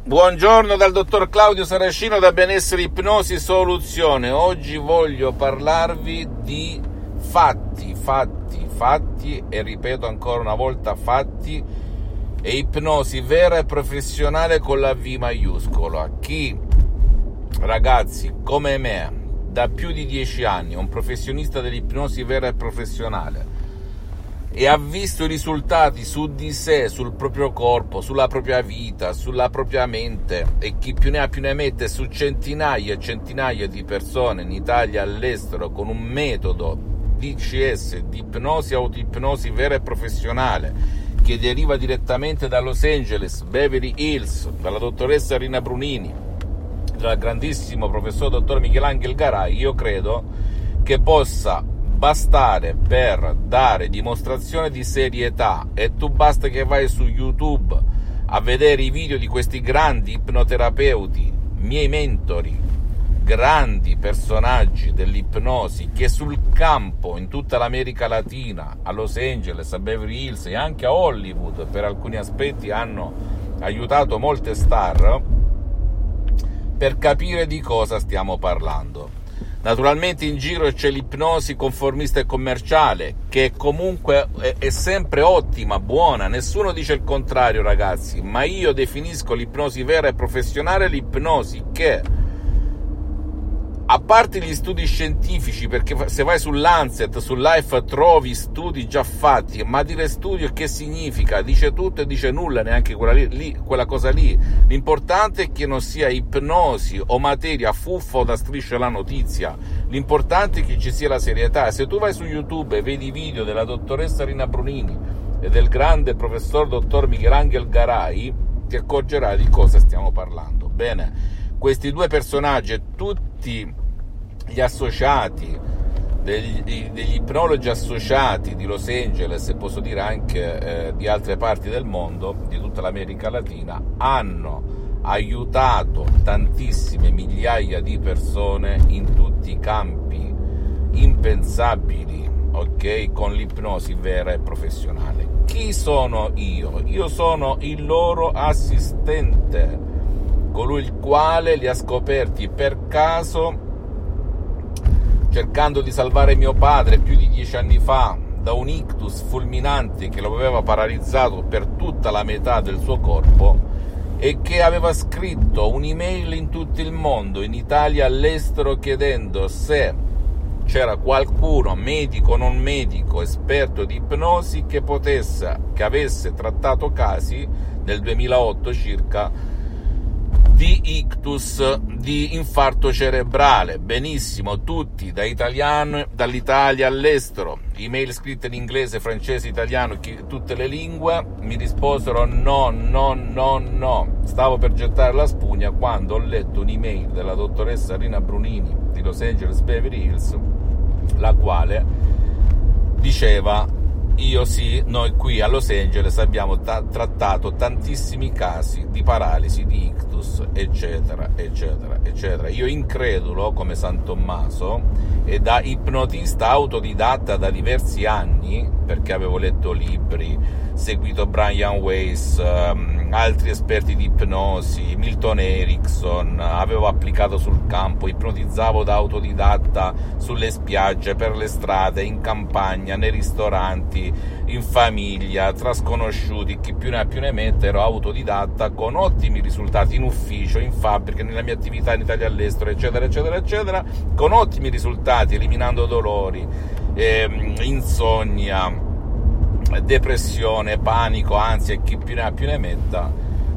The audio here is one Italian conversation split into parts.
Buongiorno dal dottor Claudio Saracino da Benessere Ipnosi Soluzione. Oggi voglio parlarvi di fatti e ripeto ancora una volta fatti e ipnosi vera e professionale con la V maiuscola. Chi, ragazzi, come me, da più di 10 anni è un professionista dell'ipnosi vera e professionale e ha visto i risultati su di sé, sul proprio corpo, sulla propria vita, sulla propria mente, e chi più ne ha più ne mette, su centinaia e centinaia di persone in Italia e all'estero, con un metodo DCS, di ipnosi autoipnosi vera e professionale, che deriva direttamente da Los Angeles, Beverly Hills, dalla dottoressa Rina Brunini, dal grandissimo professor dottor Michelangelo Garai. Io credo che possa bastare per dare dimostrazione di serietà, e tu basta che vai su YouTube a vedere i video di questi grandi ipnoterapeuti, miei mentori, grandi personaggi dell'ipnosi che sul campo in tutta l'America Latina, a Los Angeles, a Beverly Hills e anche a Hollywood per alcuni aspetti hanno aiutato molte star, per capire di cosa stiamo parlando. Naturalmente in giro c'è l'ipnosi conformista e commerciale, che comunque è sempre ottima, buona, nessuno dice il contrario, ragazzi, ma io definisco l'ipnosi vera e professionale l'ipnosi che, a parte gli studi scientifici, perché se vai sull'Lancet, su Life trovi studi già fatti, ma dire studio che significa? Dice tutto e dice nulla, neanche quella cosa lì. L'importante è che non sia ipnosi o materia fuffa o da striscia alla notizia, l'importante è che ci sia la serietà. Se tu vai su YouTube e vedi i video della dottoressa Rina Brunini e del grande professor dottor Michelangelo Garai, ti accorgerai di cosa stiamo parlando. Bene, questi due personaggi e tutti gli associati, degli ipnologi associati di Los Angeles, e posso dire anche di altre parti del mondo, di tutta l'America Latina, hanno aiutato tantissime migliaia di persone in tutti i campi impensabili, ok, con l'ipnosi vera e professionale. Chi sono io? Io sono il loro assistente, colui il quale li ha scoperti per caso cercando di salvare mio padre più di 10 anni fa da un ictus fulminante che lo aveva paralizzato per tutta la metà del suo corpo, e che aveva scritto un'email in tutto il mondo, in Italia e all'estero, chiedendo se c'era qualcuno, medico o non medico, esperto di ipnosi, che avesse trattato casi nel 2008 circa di ictus, di infarto cerebrale. Benissimo, tutti, dall'Italia all'estero, email scritte in inglese, francese, italiano, tutte le lingue, mi risposero no. Stavo per gettare la spugna quando ho letto un'email della dottoressa Rina Brunini di Los Angeles Beverly Hills, la quale diceva: noi qui a Los Angeles abbiamo trattato tantissimi casi di paralisi, di ictus, eccetera. Io, incredulo come San Tommaso e da ipnotista autodidatta da diversi anni, perché avevo letto libri, seguito Brian Weiss, altri esperti di ipnosi, Milton Erickson, avevo applicato sul campo, ipnotizzavo da autodidatta sulle spiagge, per le strade, in campagna, nei ristoranti, in famiglia, tra sconosciuti, chi più ne ha più ne mette. Ero autodidatta con ottimi risultati in ufficio, in fabbrica, nella mia attività in Italia e all'estero, eccetera, con ottimi risultati, eliminando dolori, insonnia, depressione, panico, ansia e chi più ne ha più ne metta.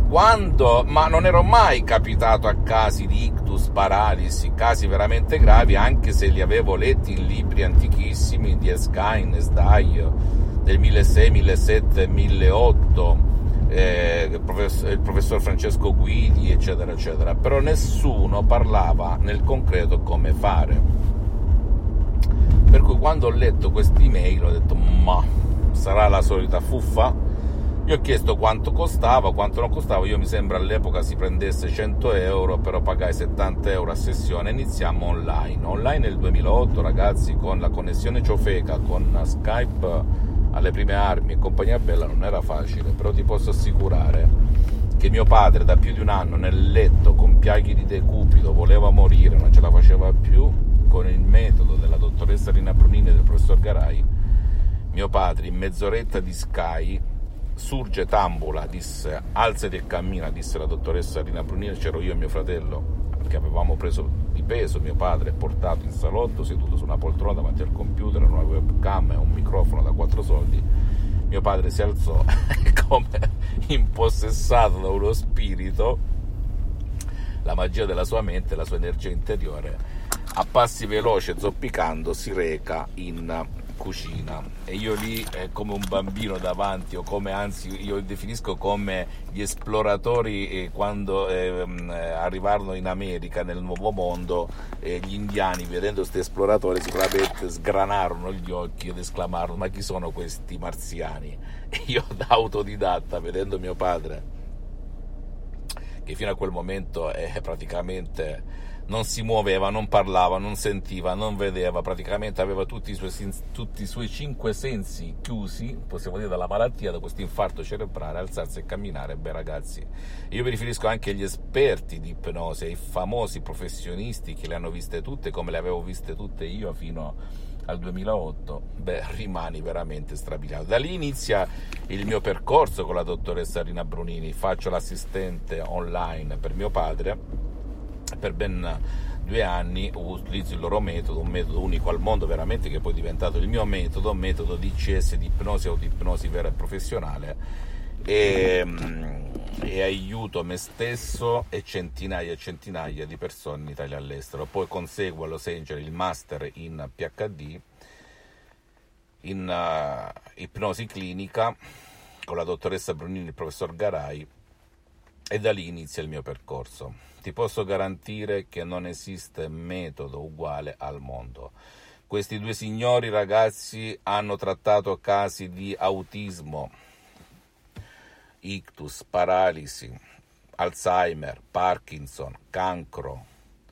Ma non ero mai capitato a casi di ictus, paralisi, casi veramente gravi, anche se li avevo letti in libri antichissimi di Erskine, Sdai, del 1600, 1700, 1800, il professor Francesco Guidi, eccetera, però nessuno parlava nel concreto come fare. Per cui quando ho letto quest'email ho detto: ma sarà la solita fuffa? Gli ho chiesto quanto costava, quanto non costava. Io, mi sembra all'epoca si prendesse 100 euro, però pagai 70 euro a sessione. Iniziamo online nel 2008, ragazzi, con la connessione ciofeca, con Skype alle prime armi e compagnia bella. Non era facile, però ti posso assicurare che mio padre da più di un anno nel letto con piaghe di decubito voleva morire, non ce la faceva più, con il metodo della dottoressa Rina Brunini e del professor Garai, mio padre in mezz'oretta di Sky surge, tambula, disse alzati e cammina, disse la dottoressa Rina Brunini, c'ero io e mio fratello che avevamo preso di peso, mio padre portato in salotto, seduto su una poltrona davanti al computer, una webcam e un microfono da 4 soldi. Mio padre si alzò come impossessato da uno spirito, la magia della sua mente, la sua energia interiore, a passi veloci e zoppicando si reca in cucina, e io lì come un bambino davanti, o come, anzi io definisco come gli esploratori quando arrivarono in America, nel Nuovo Mondo, gli indiani, vedendo questi esploratori, sicuramente sgranarono gli occhi ed esclamarono: ma chi sono questi marziani? E io da autodidatta, vedendo mio padre che fino a quel momento praticamente non si muoveva, non parlava, non sentiva, non vedeva, praticamente aveva tutti i suoi 5 sensi chiusi, possiamo dire, dalla malattia, da questo infarto cerebrale, alzarsi e camminare. Beh ragazzi, io mi riferisco anche agli esperti di ipnosi, ai famosi professionisti che le hanno viste tutte come le avevo viste tutte io fino al 2008, rimani veramente strabiliato. Da lì inizia il mio percorso con la dottoressa Rina Brunini, faccio l'assistente online per mio padre, per ben 2 anni utilizzo il loro metodo, un metodo unico al mondo veramente, che poi è diventato il mio metodo DCS di ipnosi o di ipnosi vera e professionale, e aiuto me stesso e centinaia e centinaia di persone in Italia e all'estero. Poi conseguo a Los Angeles il master in PhD in ipnosi clinica con la dottoressa Brunini e il professor Garai, e da lì inizia il mio percorso. Ti posso garantire che non esiste metodo uguale al mondo. Questi 2 signori, ragazzi, hanno trattato casi di autismo, ictus, paralisi, Alzheimer, Parkinson, cancro,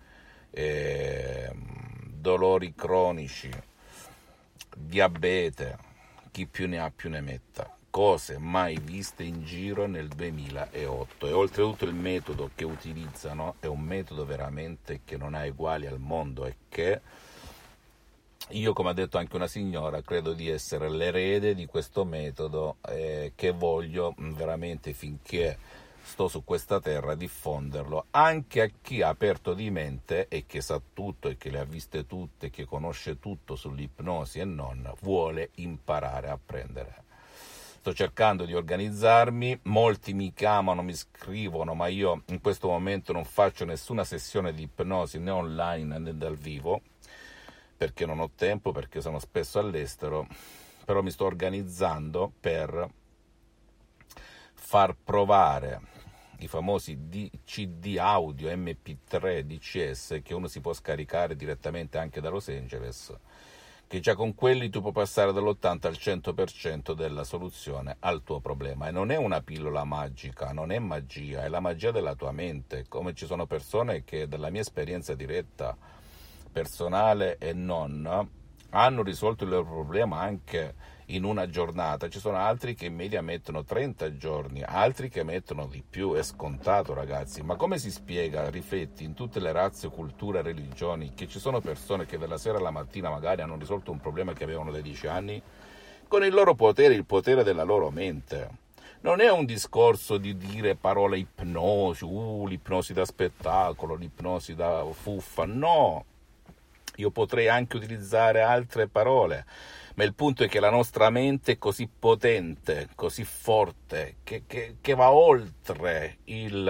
dolori cronici, diabete, chi più ne ha più ne metta. Cose mai viste in giro nel 2008, e oltretutto il metodo che utilizzano è un metodo veramente che non ha uguali al mondo, e che io, come ha detto anche una signora, credo di essere l'erede di questo metodo, che voglio veramente, finché sto su questa terra, diffonderlo anche a chi ha aperto di mente e che sa tutto e che le ha viste tutte, che conosce tutto sull'ipnosi e non, vuole imparare a apprendere. Sto cercando di organizzarmi, molti mi chiamano, mi scrivono, ma io in questo momento non faccio nessuna sessione di ipnosi né online né dal vivo, perché non ho tempo, perché sono spesso all'estero, però mi sto organizzando per far provare i famosi CD audio MP3 DCS, che uno si può scaricare direttamente anche da Los Angeles, che già con quelli tu puoi passare dall'80 al 100% della soluzione al tuo problema. E non è una pillola magica, non è magia, è la magia della tua mente. Come ci sono persone che, dalla mia esperienza diretta, personale e non, hanno risolto il loro problema anche in una giornata, ci sono altri che in media mettono 30 giorni, altri che mettono di più, è scontato ragazzi. Ma come si spiega, rifletti, in tutte le razze, culture, religioni, che ci sono persone che dalla sera alla mattina magari hanno risolto un problema che avevano da 10 anni con il loro potere, il potere della loro mente? Non è un discorso di dire parole ipnosi, l'ipnosi da spettacolo, l'ipnosi da fuffa, no. Io potrei anche utilizzare altre parole, ma il punto è che la nostra mente è così potente, così forte, che va oltre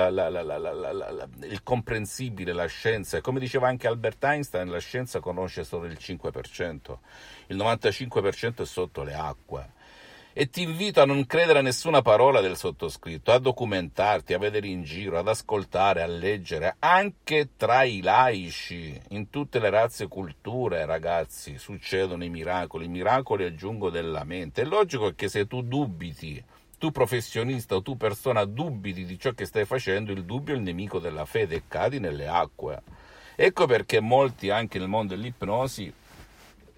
il comprensibile, la scienza. E come diceva anche Albert Einstein, la scienza conosce solo il 5%, il 95% è sotto le acque. E ti invito a non credere a nessuna parola del sottoscritto, a documentarti, a vedere in giro, ad ascoltare, a leggere, anche tra i laici, in tutte le razze e culture, ragazzi, succedono i miracoli aggiungo della mente. È logico che se tu dubiti, tu professionista o tu persona dubiti di ciò che stai facendo, il dubbio è il nemico della fede e cadi nelle acque. Ecco perché molti, anche nel mondo dell'ipnosi,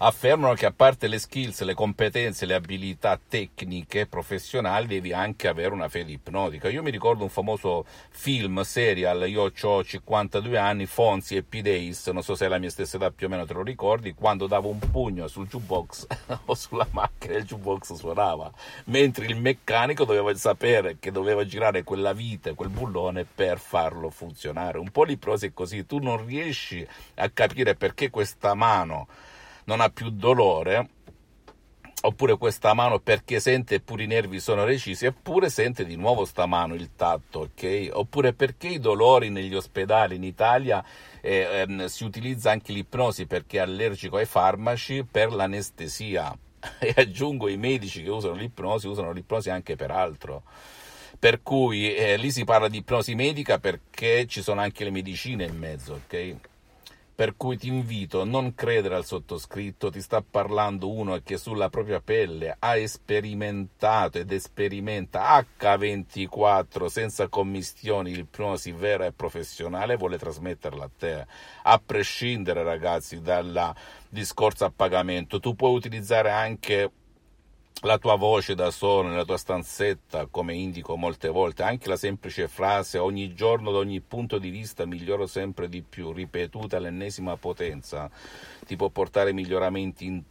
affermano che a parte le skills, le competenze, le abilità tecniche, professionali, devi anche avere una fede ipnotica. Io mi ricordo un famoso film, serial, io ho 52 anni, Fonzie e P-Days, non so se è la mia stessa età, più o meno te lo ricordi, quando davo un pugno sul jukebox o sulla macchina, il jukebox suonava, mentre il meccanico doveva sapere che doveva girare quella vite, quel bullone per farlo funzionare. Un po' l'ipnosi è così, tu non riesci a capire perché questa mano non ha più dolore, oppure questa mano perché sente eppure i nervi sono recisi, eppure sente di nuovo sta mano il tatto, ok? Oppure perché i dolori negli ospedali in Italia si utilizza anche l'ipnosi perché è allergico ai farmaci per l'anestesia, e aggiungo i medici che usano l'ipnosi anche per altro. Per cui lì si parla di ipnosi medica perché ci sono anche le medicine in mezzo, ok? Per cui ti invito a non credere al sottoscritto, ti sta parlando uno che sulla propria pelle ha sperimentato ed sperimenta H24 senza commistioni l'ipnosi vera e professionale, vuole trasmetterla a te, a prescindere ragazzi dal discorso a pagamento. Tu puoi utilizzare anche la tua voce da solo nella tua stanzetta, come indico molte volte, anche la semplice frase ogni giorno da ogni punto di vista miglioro sempre di più, ripetuta all'ennesima potenza, ti può portare miglioramenti in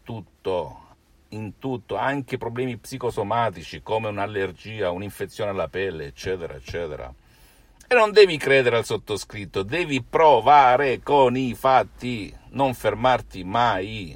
tutto, anche problemi psicosomatici come un'allergia, un'infezione alla pelle, eccetera, eccetera. E non devi credere al sottoscritto, devi provare con i fatti, non fermarti mai,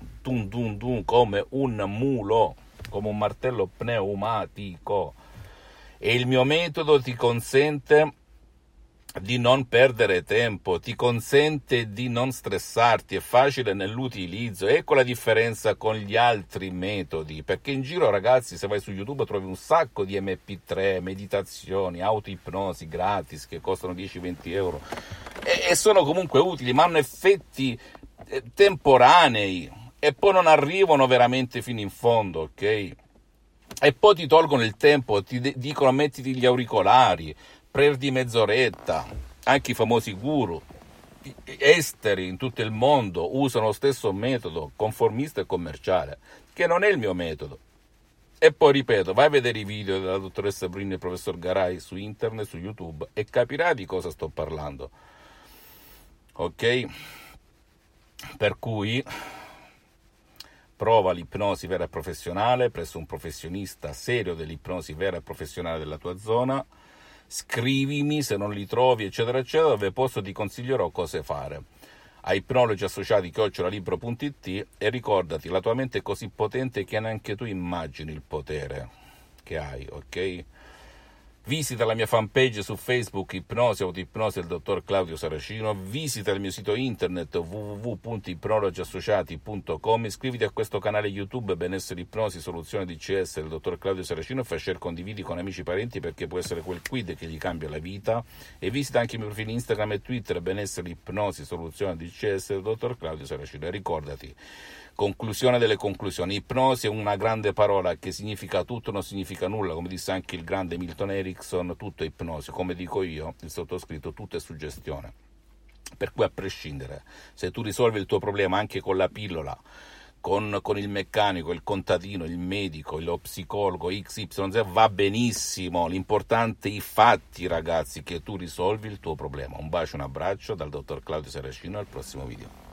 come un mulo, come un martello pneumatico. E il mio metodo ti consente di non perdere tempo, ti consente di non stressarti, è facile nell'utilizzo. Ecco la differenza con gli altri metodi, perché in giro ragazzi, se vai su YouTube trovi un sacco di MP3, meditazioni, autoipnosi gratis che costano 10-20 euro e sono comunque utili, ma hanno effetti temporanei e poi non arrivano veramente fino in fondo, ok? E poi ti tolgono il tempo, ti dicono mettiti gli auricolari, perdi mezz'oretta. Anche i famosi guru esteri in tutto il mondo usano lo stesso metodo conformista e commerciale, che non è il mio metodo. E poi ripeto, vai a vedere i video della dottoressa Brin e il professor Garay su internet, su YouTube, e capirai di cosa sto parlando, ok? Per cui prova l'ipnosi vera e professionale presso un professionista serio dell'ipnosi vera e professionale della tua zona, scrivimi se non li trovi, eccetera, eccetera, dove posso ti consiglierò cosa fare. A ipnologiassociati@libro.it, e ricordati, la tua mente è così potente che neanche tu immagini il potere che hai, ok? Visita la mia fanpage su Facebook, Ipnosi Autoipnosi del dottor Claudio Saracino, visita il mio sito internet www.ipnologiassociati.com, iscriviti a questo canale YouTube Benessere Ipnosi Soluzione DCS del dottor Claudio Saracino, fai share, condividi con amici e parenti perché può essere quel quid che gli cambia la vita, e visita anche i miei profili Instagram e Twitter Benessere Ipnosi Soluzione DCS del dottor Claudio Saracino. E ricordati, conclusione delle conclusioni, ipnosi è una grande parola che significa tutto, non significa nulla, come disse anche il grande Milton Erickson, tutto è ipnosi, come dico io, il sottoscritto, tutto è suggestione. Per cui a prescindere, se tu risolvi il tuo problema anche con la pillola, con il meccanico, il contadino, il medico, lo psicologo, XYZ, va benissimo, l'importante è i fatti ragazzi, che tu risolvi il tuo problema. Un bacio, un abbraccio dal dottor Claudio Saracino, al prossimo video.